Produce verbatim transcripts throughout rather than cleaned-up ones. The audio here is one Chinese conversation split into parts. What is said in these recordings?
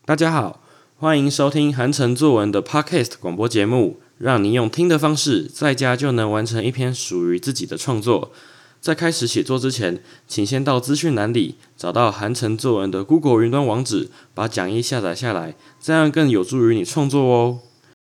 大家好，欢迎收听韩城作文的 Podcast 广播节目，让您用听的方式，在家就能完成一篇属于自己的创作。在开始写作之前，请先到资讯栏里找到韩城作文的 Google 云端网址，把讲义下载下来，这样更有助于你创作哦。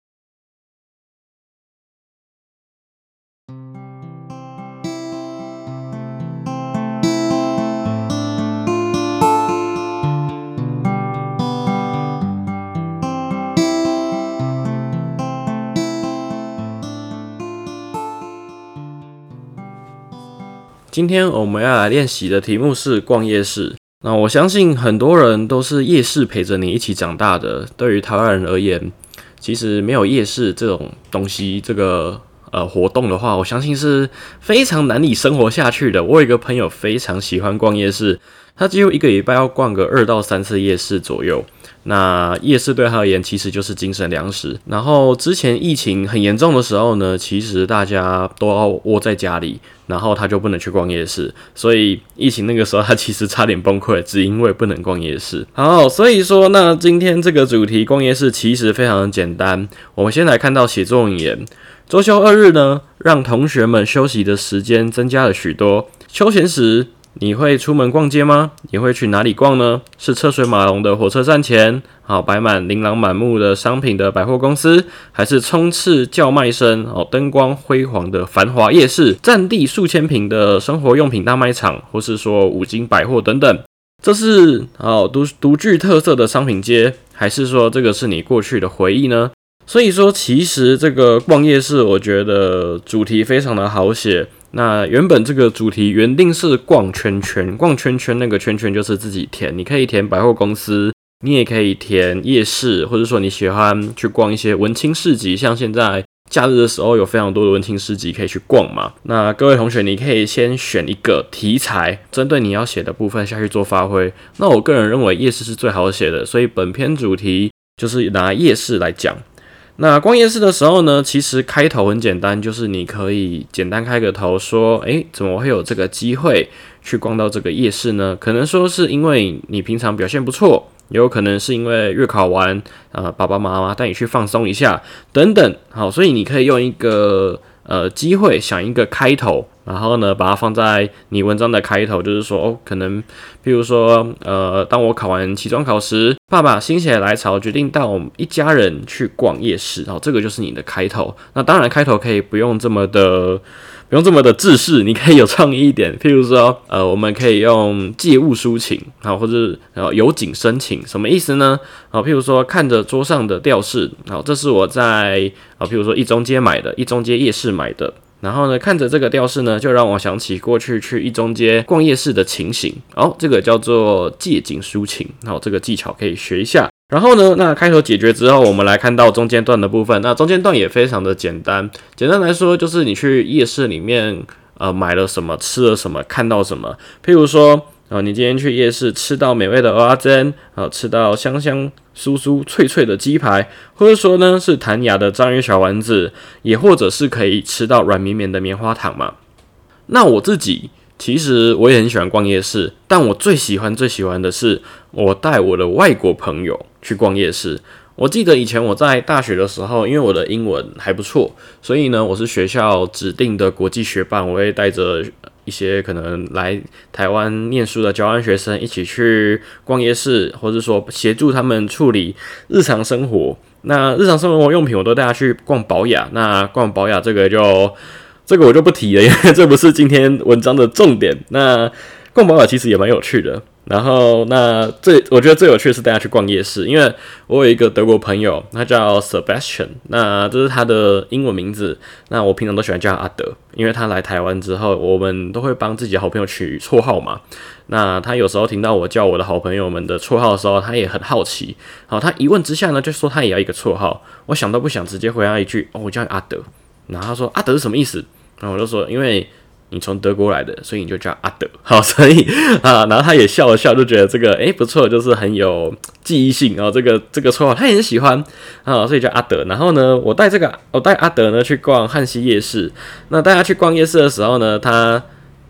今天我们要来练习的题目是逛夜市。那我相信很多人都是夜市陪着你一起长大的。对于台湾人而言，其实没有夜市这种东西，这个呃活动的话，我相信是非常难以生活下去的。我有一个朋友非常喜欢逛夜市，他几乎一个礼拜要逛个二到三次夜市左右。那夜市对他而言其实就是精神粮食。然后之前疫情很严重的时候呢，其实大家都要窝在家里，然后他就不能去逛夜市，所以疫情那个时候他其实差点崩溃，只因为不能逛夜市。好，所以说那今天这个主题逛夜市其实非常的简单。我们先来看到写作文言，周休二日呢，让同学们休息的时间增加了许多。休闲时你会出门逛街吗？你会去哪里逛呢？是车水马龙的火车站前，好摆满琳琅满目的商品的百货公司，还是充斥叫卖声、哦灯光辉煌的繁华夜市，占地数千坪的生活用品大卖场，或是说五金百货等等？这是哦独独具特色的商品街，还是说这个是你过去的回忆呢？所以说，其实这个逛夜市，我觉得主题非常的好写。那原本这个主题原定是逛圈圈，逛圈圈那个圈圈就是自己填，你可以填百货公司，你也可以填夜市，或者说你喜欢去逛一些文青市集，像现在假日的时候有非常多的文青市集可以去逛嘛。那各位同学，你可以先选一个题材，针对你要写的部分下去做发挥。那我个人认为夜市是最好写的，所以本篇主题就是拿夜市来讲。那逛夜市的时候呢，其实开头很简单，就是你可以简单开个头说，诶，怎么会有这个机会去逛到这个夜市呢？可能说是因为你平常表现不错，也有可能是因为月考完，呃，爸爸妈妈带你去放松一下，等等。好，所以你可以用一个呃机会想一个开头，然后呢，把它放在你文章的开头，就是说，哦，可能，譬如说，呃，当我考完期中考时，爸爸心血来潮决定带我们一家人去逛夜市，好，这个就是你的开头。那当然，开头可以不用这么的，不用这么的制式，你可以有创意一点，譬如说，呃，我们可以用借物抒情，好，或者呃由景生情，什么意思呢？好，譬如说看着桌上的吊饰，好，这是我在啊，譬如说一中街买的，一中街夜市买的。然后呢，看着这个吊饰呢，就让我想起过去去一中街逛夜市的情形。哦，这个叫做借景抒情。好，这个技巧可以学一下。然后呢，那开头解决之后，我们来看到中间段的部分。那中间段也非常的简单，简单来说就是你去夜市里面，呃，买了什么，吃了什么，看到什么。譬如说，呃，你今天去夜市吃到美味的蚵仔煎，呃，吃到香香酥酥脆脆的鸡排，或者说呢是弹牙的章鱼小丸子，也或者是可以吃到软绵绵的棉花糖嘛。那我自己其实我也很喜欢逛夜市，但我最喜欢最喜欢的是我带我的外国朋友去逛夜市。我记得以前我在大学的时候，因为我的英文还不错，所以呢我是学校指定的国际学伴，我会带着一些可能来台湾念书的交换学生一起去逛夜市，或者说协助他们处理日常生活。那日常生活用品我都带他去逛宝雅，那逛宝雅这个就这个我就不提了，因为这不是今天文章的重点。那逛宝雅其实也蛮有趣的。然后那最我觉得最有趣的是带他去逛夜市，因为我有一个德国朋友，他叫 Sebastian， 那这是他的英文名字。那我平常都喜欢叫他阿德，因为他来台湾之后，我们都会帮自己的好朋友取绰号嘛。那他有时候听到我叫我的好朋友们的绰号的时候，他也很好奇。好，他一问之下呢，就说他也要一个绰号。我想都不想，直接回答一句：“哦，我叫你阿德。”然后他说：“阿德是什么意思？”然后我就说：“因为你从德国来的，所以你就叫阿德。”好，所以啊，然后他也笑了笑，就觉得这个诶不错，就是很有记忆性。然后这个这个绰号他也很喜欢啊，所以叫阿德。然后呢，我带这个我带阿德呢去逛汉西夜市。那带他去逛夜市的时候呢，他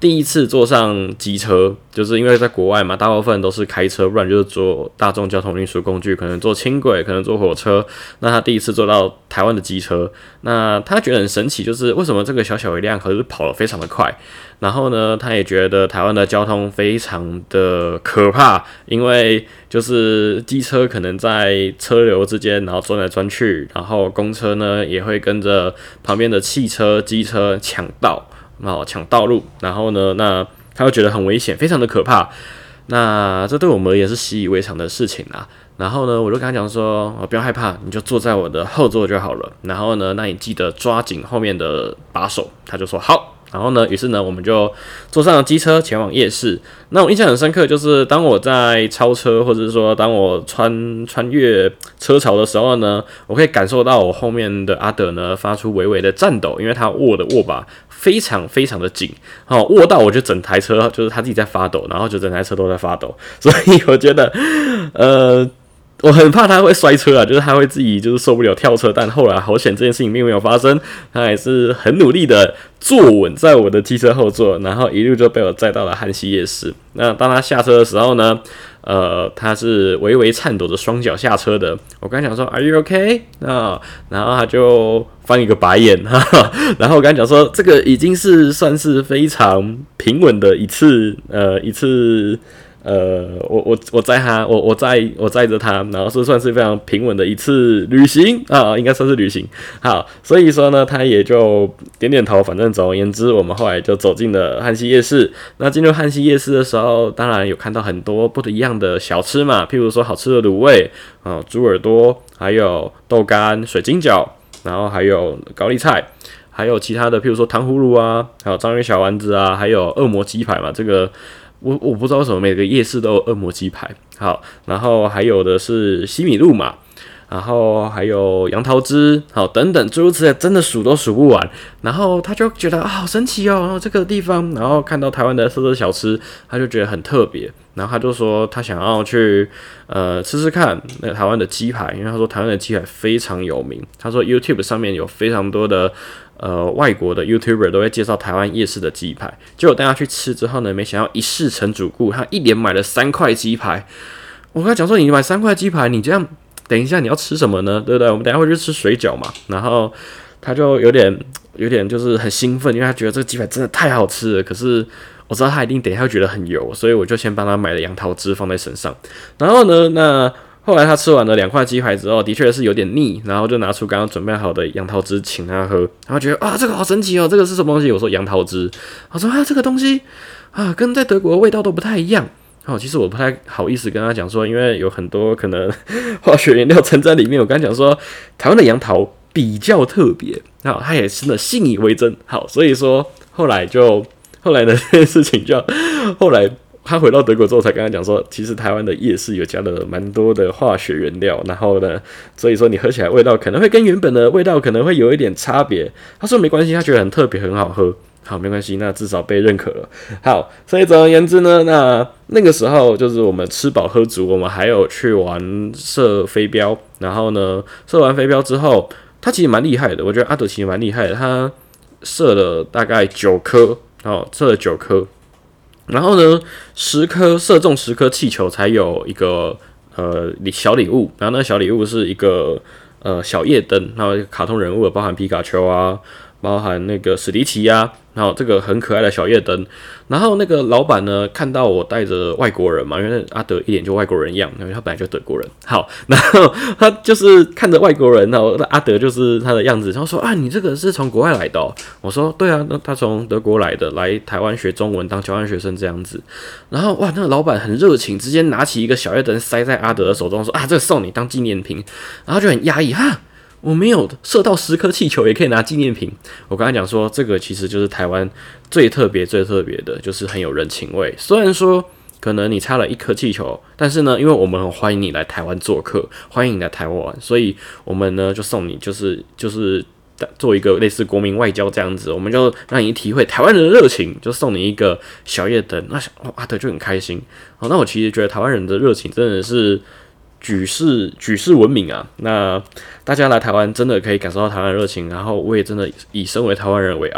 第一次坐上机车，就是因为在国外嘛，大部分都是开车，不然就是坐大众交通运输工具，可能坐轻轨，可能坐火车。那他第一次坐到台湾的机车，那他觉得很神奇，就是为什么这个小小一辆可是跑得非常的快。然后呢，他也觉得台湾的交通非常的可怕，因为就是机车可能在车流之间，然后钻来钻去，然后公车呢也会跟着旁边的汽车、机车抢道，然后抢道路，然后呢，那他会觉得很危险，非常的可怕。那这对我们而言是习以为常的事情啦。然后呢，我就跟他讲说，哦，不要害怕，你就坐在我的后座就好了。然后呢，那你记得抓紧后面的把手。他就说好。然后呢，于是呢，我们就坐上了机车前往夜市。那我印象很深刻，就是当我在超车，或者是说当我穿穿越车潮的时候呢，我可以感受到我后面的阿德呢发出微微的颤抖，因为他握的握把非常非常的紧，好握到我就整台车就是他自己在发抖，然后就整台车都在发抖，所以我觉得，呃。我很怕他会摔车啊，就是他会自己就是受不了跳车，但后来好险这件事情并没有发生，他还是很努力的坐稳在我的机车后座，然后一路就被我载到了汉西夜市。那当他下车的时候呢，呃，他是微微颤抖着双脚下车的。我刚才讲说 Are you okay？ 啊，然后他就翻一个白眼，哈哈。然后我刚才讲说这个已经是算是非常平稳的一次，呃，一次。呃，我我我载他，我我载我载着他，然后是算是非常平稳的一次旅行啊，应该算是旅行。好，所以说呢，他也就点点头。反正总而言之，我们后来就走进了汉西夜市。那进入汉西夜市的时候，当然有看到很多不一样的小吃嘛，譬如说好吃的卤味啊、猪耳朵，还有豆干、水晶饺，然后还有高丽菜。还有其他的，譬如说糖葫芦啊，还有章鱼小丸子啊，还有恶魔鸡排嘛，这个。我我不知道为什么每个夜市都有恶魔鸡排，好，然后还有的是西米露嘛，然后还有杨桃汁，好，等等诸如此类，真的数都数不完。然后他就觉得啊，好神奇哦，然后这个地方，然后看到台湾的特色小吃，他就觉得很特别。然后他就说他想要去呃吃吃看那个台湾的鸡排，因为他说台湾的鸡排非常有名。他说 YouTube 上面有非常多的。呃，外国的 YouTuber 都会介绍台湾夜市的鸡排，结果大家去吃之后呢，没想到一试成主顾，他一连买了三块鸡排。我跟他讲说，你买三块鸡排，你这样等一下你要吃什么呢？对不对？我们等一下会去吃水饺嘛。然后他就有点有点就是很兴奋，因为他觉得这个鸡排真的太好吃了。可是我知道他一定等一下会觉得很油，所以我就先帮他买了杨桃汁放在身上。然后呢，那。后来他吃完了两块鸡排之后，的确是有点腻，然后就拿出刚刚准备好的杨桃汁请他喝，然后觉得啊这个好神奇哦，这个是什么东西？我说杨桃汁，他说啊这个东西啊跟在德国的味道都不太一样。哦，其实我不太好意思跟他讲说，因为有很多可能化学原料掺在里面。我跟他讲说，台湾的杨桃比较特别，好，他也真的信以为真。好，所以说后来就后来呢这件事情就后来。他回到德国之后才跟他讲说，其实台湾的夜市有加了蛮多的化学原料，然后呢，所以说你喝起来味道可能会跟原本的味道可能会有一点差别。他说没关系，他觉得很特别，很好喝。好，没关系，那至少被认可了。好，所以总而言之呢，那那个时候就是我们吃饱喝足，我们还有去玩射飞镖，然后呢，射完飞镖之后，他其实蛮厉害的，我觉得阿德其实蛮厉害的，他射了大概九颗，哦，射了九颗。然后呢，十颗射中十颗气球才有一个呃小礼物，然后那个小礼物是一个呃小夜灯，然后卡通人物包含皮卡丘啊，包含那个史迪奇啊，然后这个很可爱的小夜灯。然后那个老板呢，看到我带着外国人嘛，因为阿德一脸就外国人一样，因为他本来就德国人。好，然后他就是看着外国人，然后阿德就是他的样子，然后说啊，你这个是从国外来的哦？我说对啊，那他从德国来的，来台湾学中文当交换学生这样子。然后哇，那个老板很热情，直接拿起一个小夜灯塞在阿德的手中，说啊，这个送你当纪念品。然后就很压抑哈。我没有射到十颗气球也可以拿纪念品。我跟他讲说，这个其实就是台湾最特别、最特别的，就是很有人情味。虽然说可能你差了一颗气球，但是呢，因为我们很欢迎你来台湾做客，欢迎你来台湾玩，所以我们呢就送你，就是就是做一个类似国民外交这样子，我们就让你体会台湾人的热情，就送你一个小夜灯。那哦，阿德就很开心。好，那我其实觉得台湾人的热情真的是。举世举世闻名啊！那大家来台湾真的可以感受到台湾的热情，然后我也真的以身为台湾人为傲。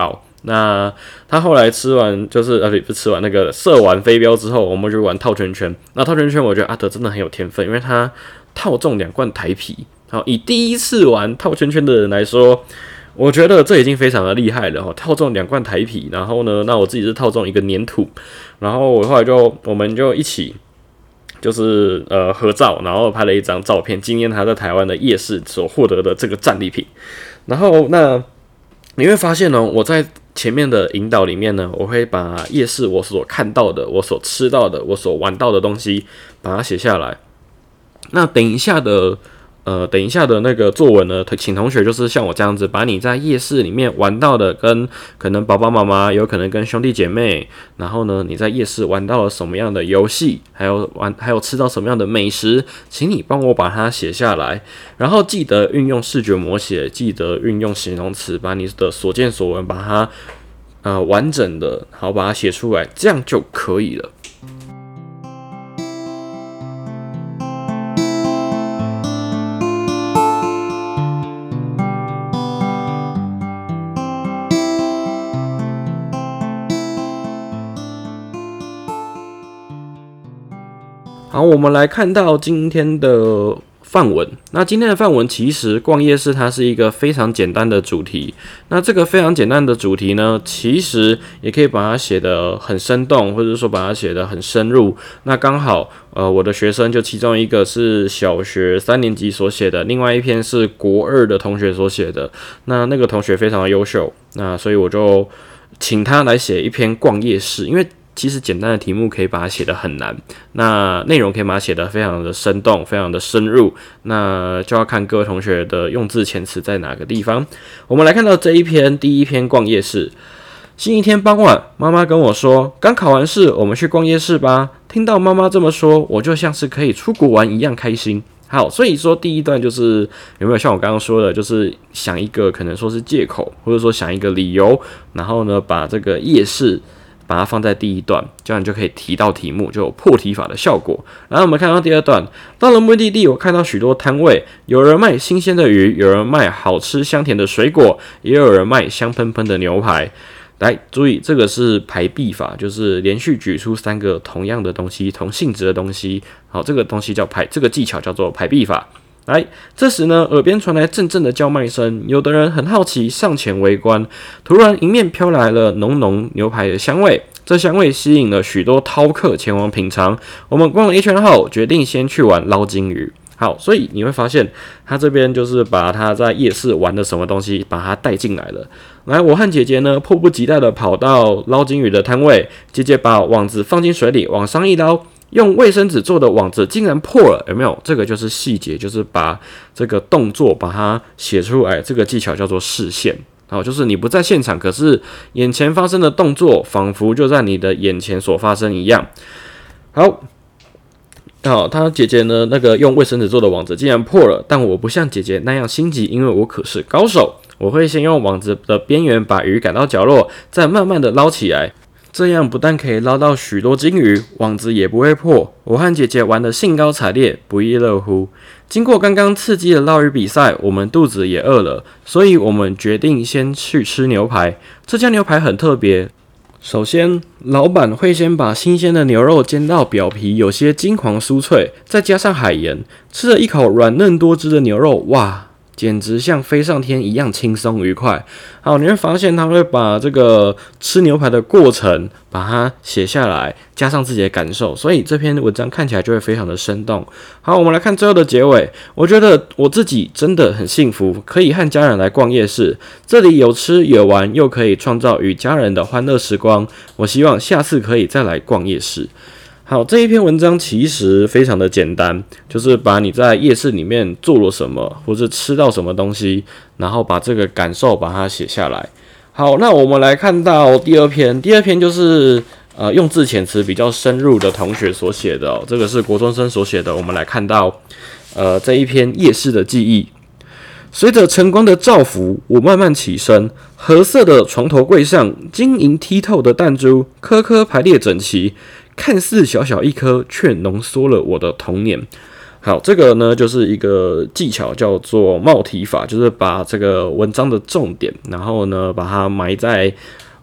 那他后来吃完就是呃不是吃完那个射完飞镖之后，我们就玩套圈圈。那套圈圈我觉得阿德真的很有天分，因为他套中两罐台啤。好，以第一次玩套圈圈的人来说，我觉得这已经非常的厉害了。套中两罐台啤，然后呢，那我自己是套中一个粘土，然后我后来就我们就一起就是呃合照，然后拍了一张照片，纪念他在台湾的夜市所获得的这个战利品。然后那你会发现呢，我在前面的引导里面呢，我会把夜市我所看到的、我所吃到的、我所玩到的东西，把它写下来。那等一下的，呃，等一下的那个作文呢，请同学就是像我这样子，把你在夜市里面玩到的，跟可能爸爸妈妈，有可能跟兄弟姐妹，然后呢，你在夜市玩到了什么样的游戏，还有玩，还有吃到什么样的美食，请你帮我把它写下来，然后记得运用视觉模写，记得运用形容词，把你的所见所闻，把它呃完整的，好把它写出来，这样就可以了。好，我们来看到今天的范文。那今天的范文其实逛夜市它是一个非常简单的主题。那这个非常简单的主题呢，其实也可以把它写得很生动，或者说把它写得很深入。那刚好，呃，我的学生就其中一个是小学三年级所写的，另外一篇是国二的同学所写的。那那个同学非常的优秀，那所以我就请他来写一篇逛夜市，因为其实简单的题目可以把它写得很难，那内容可以把它写得非常的生动，非常的深入，那就要看各位同学的用字遣词在哪个地方。我们来看到这一篇，第一篇逛夜市。星期天傍晚，妈妈跟我说，刚考完试，我们去逛夜市吧。听到妈妈这么说，我就像是可以出国玩一样开心。好，所以说第一段就是有没有像我刚刚说的，就是想一个可能说是借口，或者说想一个理由，然后呢把这个夜市把它放在第一段，这样你就可以提到题目，就有破题法的效果。然后我们看到第二段，到了目的地，我看到许多摊位，有人卖新鲜的鱼，有人卖好吃香甜的水果，也有人卖香喷喷的牛排。来，注意，这个是排比法，就是连续举出三个同样的东西、同性质的东西。好，这个东西叫排，这个技巧叫做排比法。来，这时呢，耳边传来阵阵的叫卖声，有的人很好奇，上前围观。突然，迎面飘来了浓浓牛排的香味，这香味吸引了许多饕客前往品尝。我们逛了一圈后，决定先去玩捞金鱼。好，所以你会发现，他这边就是把他在夜市玩的什么东西，把它带进来了。来，我和姐姐呢，迫不及待的跑到捞金鱼的摊位，姐姐把网子放进水里，往上一捞。用卫生纸做的网子竟然破了，有没有？这个就是细节，就是把这个动作把它写出来，这个技巧叫做视线。好，就是你不在现场，可是眼前发生的动作仿佛就在你的眼前所发生一样。好，好，他姐姐呢，那个用卫生纸做的网子竟然破了，但我不像姐姐那样心急，因为我可是高手。我会先用网子的边缘把鱼赶到角落，再慢慢的捞起来。这样不但可以捞到许多金鱼，网子也不会破。我和姐姐玩得兴高采烈，不亦乐乎。经过刚刚刺激的捞鱼比赛，我们肚子也饿了，所以我们决定先去吃牛排。这家牛排很特别，首先老板会先把新鲜的牛肉煎到表皮有些金黄酥脆，再加上海盐，吃了一口软嫩多汁的牛肉，哇！简直像飞上天一样轻松愉快。好，你会发现他会把这个吃牛排的过程把它写下来，加上自己的感受，所以这篇文章看起来就会非常的生动。好，我们来看最后的结尾。我觉得我自己真的很幸福，可以和家人来逛夜市，这里有吃有玩，又可以创造与家人的欢乐时光。我希望下次可以再来逛夜市。好，这一篇文章其实非常的简单，就是把你在夜市里面做了什么，或是吃到什么东西，然后把这个感受把它写下来。好，那我们来看到第二篇，第二篇就是呃用字遣词比较深入的同学所写的、哦，这个是国中生所写的。我们来看到呃这一篇夜市的记忆。随着晨光的照拂，我慢慢起身，褐色的床头柜上，晶莹剔透的弹珠颗颗排列整齐。看似小小一颗，却浓缩了我的童年。好，这个呢就是一个技巧，叫做帽题法，就是把这个文章的重点，然后呢把它埋在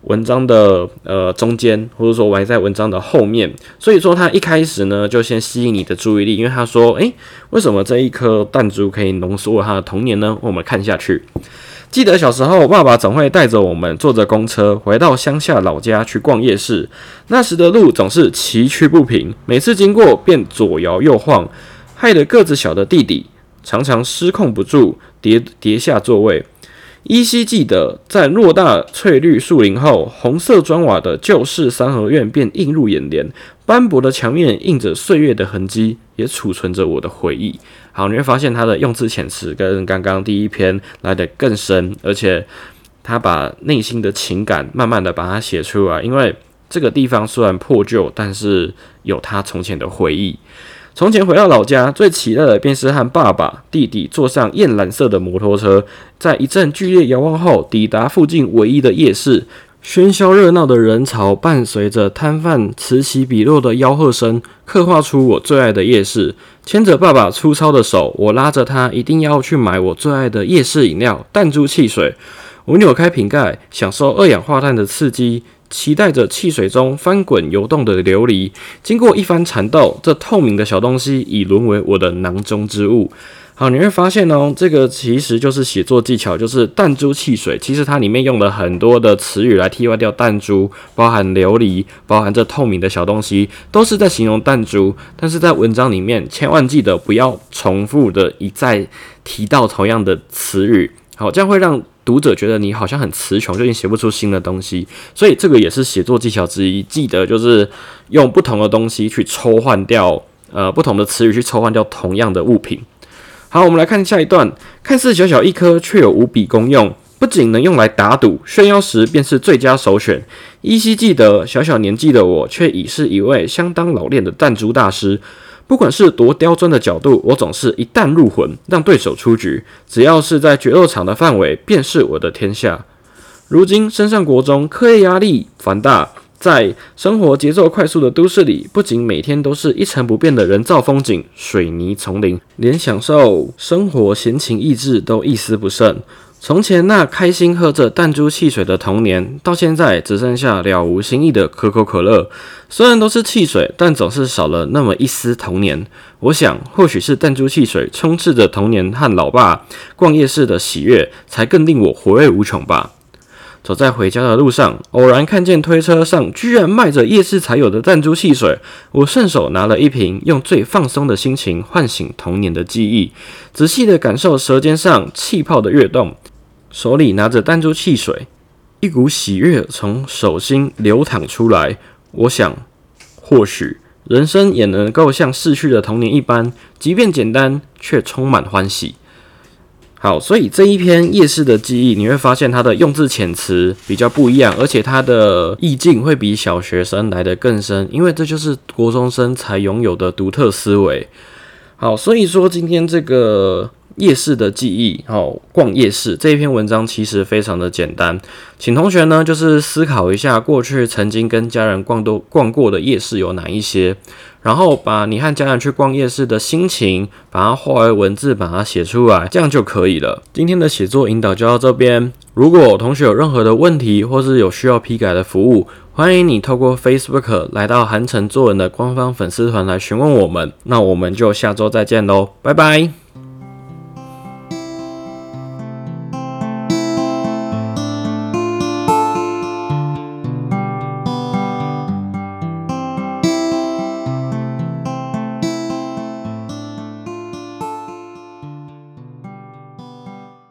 文章的呃中间，或者说埋在文章的后面。所以说他一开始呢就先吸引你的注意力，因为他说，诶，为什么这一颗弹珠可以浓缩他的童年呢？我们看下去。记得小时候，爸爸总会带着我们坐着公车回到乡下老家去逛夜市。那时的路总是崎岖不平，每次经过便左摇右晃，害得个子小的弟弟常常失控不住，跌跌下座位。依稀记得，在偌大翠绿树林后，红色砖瓦的旧式三合院便映入眼帘，斑驳的墙面印着岁月的痕迹，也储存着我的回忆。好，你会发现他的用字遣词跟刚刚第一篇来得更深，而且他把内心的情感慢慢的把它写出来。因为这个地方虽然破旧，但是有他从前的回忆。从前回到老家，最期待的便是和爸爸、弟弟坐上艳蓝色的摩托车，在一阵剧烈摇晃后，抵达附近唯一的夜市。喧嚣热闹的人潮伴随着摊贩此起彼落的吆喝声，刻画出我最爱的夜市。牵着爸爸粗糙的手，我拉着他一定要去买我最爱的夜市饮料——弹珠汽水。我扭开瓶盖，享受二氧化碳的刺激，期待着汽水中翻滚游动的琉璃。经过一番缠斗，这透明的小东西已沦为我的囊中之物。好，你会发现哦，这个其实就是写作技巧，就是弹珠汽水。其实它里面用了很多的词语来替换掉弹珠，包含琉璃，包含这透明的小东西，都是在形容弹珠。但是在文章里面，千万记得不要重复的一再提到同样的词语。好，这样会让读者觉得你好像很词穷，就已经写不出新的东西。所以这个也是写作技巧之一，记得就是用不同的东西去抽换掉，呃，不同的词语去抽换掉同样的物品。好，我们来看下一段。看似小小一颗，却有无比功用，不仅能用来打赌，炫耀时便是最佳首选。依稀记得，小小年纪的我，却已是一位相当老练的弹珠大师。不管是多刁钻的角度，我总是一弹入魂，让对手出局。只要是在决斗场的范围，便是我的天下。如今升上国中，课业压力繁大。在生活节奏快速的都市里，不仅每天都是一成不变的人造风景、水泥丛林，连享受生活闲情逸致都一丝不剩。从前那开心喝着弹珠汽水的童年，到现在只剩下了无新意的可口可乐。虽然都是汽水，但总是少了那么一丝童年。我想，或许是弹珠汽水充斥着童年和老爸逛夜市的喜悦，才更令我回味无穷吧。走在回家的路上，偶然看见推车上居然卖着夜市才有的弹珠汽水，我顺手拿了一瓶，用最放松的心情唤醒童年的记忆，仔细的感受舌尖上气泡的跃动，手里拿着弹珠汽水，一股喜悦从手心流淌出来。我想，或许人生也能够像逝去的童年一般，即便简单，却充满欢喜。好，所以这一篇夜市的记忆，你会发现它的用字遣词比较不一样，而且它的意境会比小学生来得更深，因为这就是国中生才拥有的独特思维。好，所以说今天这个夜市的记忆，好，逛夜市这一篇文章其实非常的简单，请同学呢就是思考一下过去曾经跟家人逛多逛过的夜市有哪一些。然后把你和家人去逛夜市的心情，把它化为文字，把它写出来，这样就可以了。今天的写作引导就到这边。如果同学有任何的问题，或是有需要批改的服务，欢迎你透过 Facebook 来到韩城作文的官方粉丝团来询问我们。那我们就下周再见喽，拜拜。